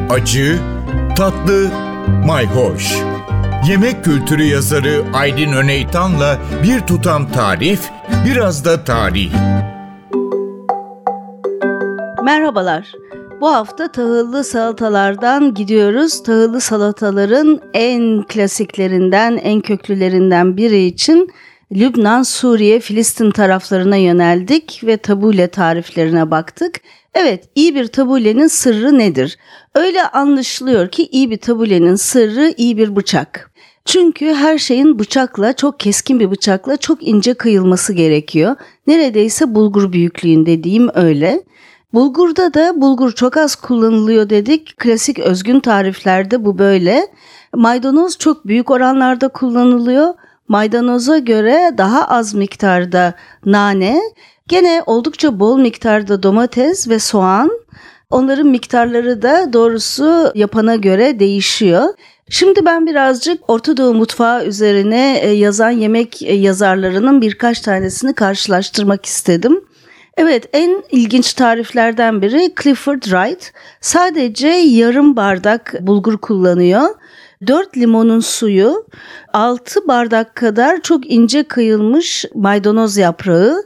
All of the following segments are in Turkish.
acı, tatlı, mayhoş. Yemek kültürü yazarı Aydin Öneytan'la bir tutam tarif, biraz da tarih. Merhabalar. Bu hafta tahıllı salatalardan gidiyoruz. Tahıllı salataların en klasiklerinden, en köklülerinden biri için Lübnan, Suriye, Filistin taraflarına yöneldik ve tabule tariflerine baktık. Evet, iyi bir tabulenin sırrı nedir? Öyle anlaşılıyor ki iyi bir tabulenin sırrı iyi bir bıçak. Çünkü her şeyin bıçakla, çok keskin bir bıçakla çok ince kıyılması gerekiyor. Neredeyse bulgur büyüklüğünde diyeyim öyle. Bulgurda da bulgur çok az kullanılıyor dedik. Klasik özgün tariflerde bu böyle. Maydanoz çok büyük oranlarda kullanılıyor. Maydanoza göre daha az miktarda nane, gene oldukça bol miktarda domates ve soğan. Onların miktarları da doğrusu yapana göre değişiyor. Şimdi ben birazcık Orta Doğu mutfağı üzerine yazan yemek yazarlarının birkaç tanesini karşılaştırmak istedim. Evet, en ilginç tariflerden biri Clifford Wright. Sadece yarım bardak bulgur kullanıyor. 4 limonun suyu, 6 bardak kadar çok ince kıyılmış maydanoz yaprağı,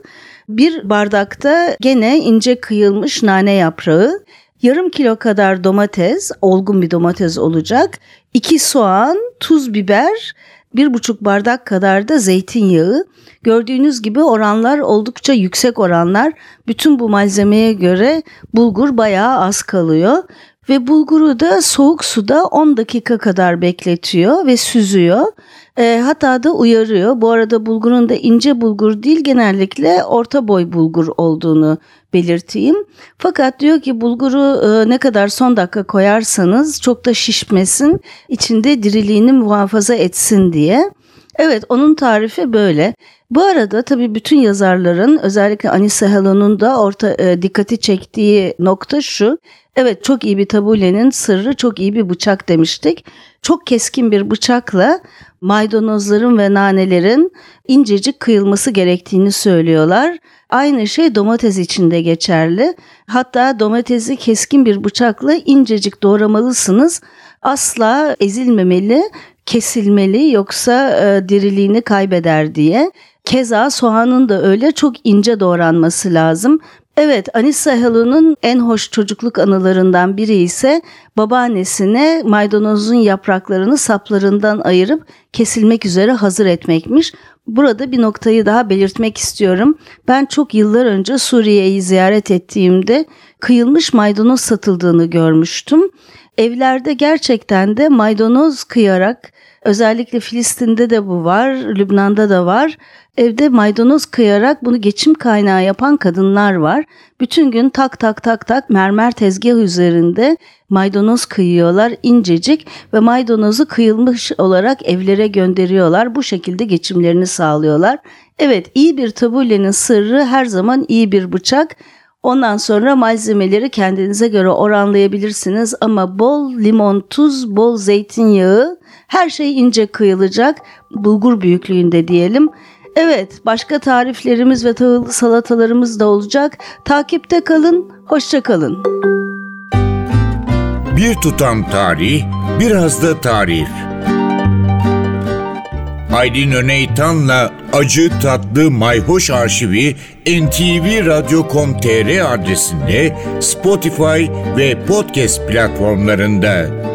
1 bardakta gene ince kıyılmış nane yaprağı, yarım kilo kadar domates, olgun bir domates olacak, 2 soğan, tuz, biber, 1,5 bardak kadar da zeytinyağı. Gördüğünüz gibi oranlar oldukça yüksek oranlar. Bütün bu malzemeye göre bulgur bayağı az kalıyor. Ve bulguru da soğuk suda 10 dakika kadar bekletiyor ve süzüyor. Hatta da uyarıyor. Bu arada bulgurun da ince bulgur değil, genellikle orta boy bulgur olduğunu belirteyim. Fakat diyor ki bulguru ne kadar son dakika koyarsanız çok da şişmesin, içinde diriliğini muhafaza etsin diye. Evet, onun tarifi böyle. Bu arada tabii bütün yazarların, özellikle Anissa Hallon'un da dikkati çektiği nokta şu. Evet, çok iyi bir tabulenin sırrı çok iyi bir bıçak demiştik. Çok keskin bir bıçakla maydanozların ve nanelerin incecik kıyılması gerektiğini söylüyorlar. Aynı şey domates için de geçerli. Hatta domatesi keskin bir bıçakla incecik doğramalısınız. Asla ezilmemeli, kesilmeli, yoksa diriliğini kaybeder diye. Keza soğanın da öyle çok ince doğranması lazım. Evet, Anissa Hallon'un en hoş çocukluk anılarından biri ise babaannesine maydanozun yapraklarını saplarından ayırıp kesilmek üzere hazır etmekmiş. Burada bir noktayı daha belirtmek istiyorum. Ben çok yıllar önce Suriye'yi ziyaret ettiğimde kıyılmış maydanoz satıldığını görmüştüm. Evlerde gerçekten de maydanoz kıyarak, özellikle Filistin'de de bu var, Lübnan'da da var. Evde maydanoz kıyarak bunu geçim kaynağı yapan kadınlar var. Bütün gün tak tak tak tak mermer tezgah üzerinde maydanoz kıyıyorlar incecik ve maydanozu kıyılmış olarak evlere gönderiyorlar. Bu şekilde geçimlerini sağlıyorlar. Evet, iyi bir tabulenin sırrı her zaman iyi bir bıçak. Ondan sonra malzemeleri kendinize göre oranlayabilirsiniz ama bol limon, tuz, bol zeytinyağı, her şey ince kıyılacak, bulgur büyüklüğünde diyelim. Evet, başka tariflerimiz ve tahıllı salatalarımız da olacak. Takipte kalın, hoşça kalın. Bir tutam tarih, biraz da tarif. Aydin Öneytan'la acı tatlı mayhoş arşivi ntvradio.com.tr adresinde, Spotify ve podcast platformlarında.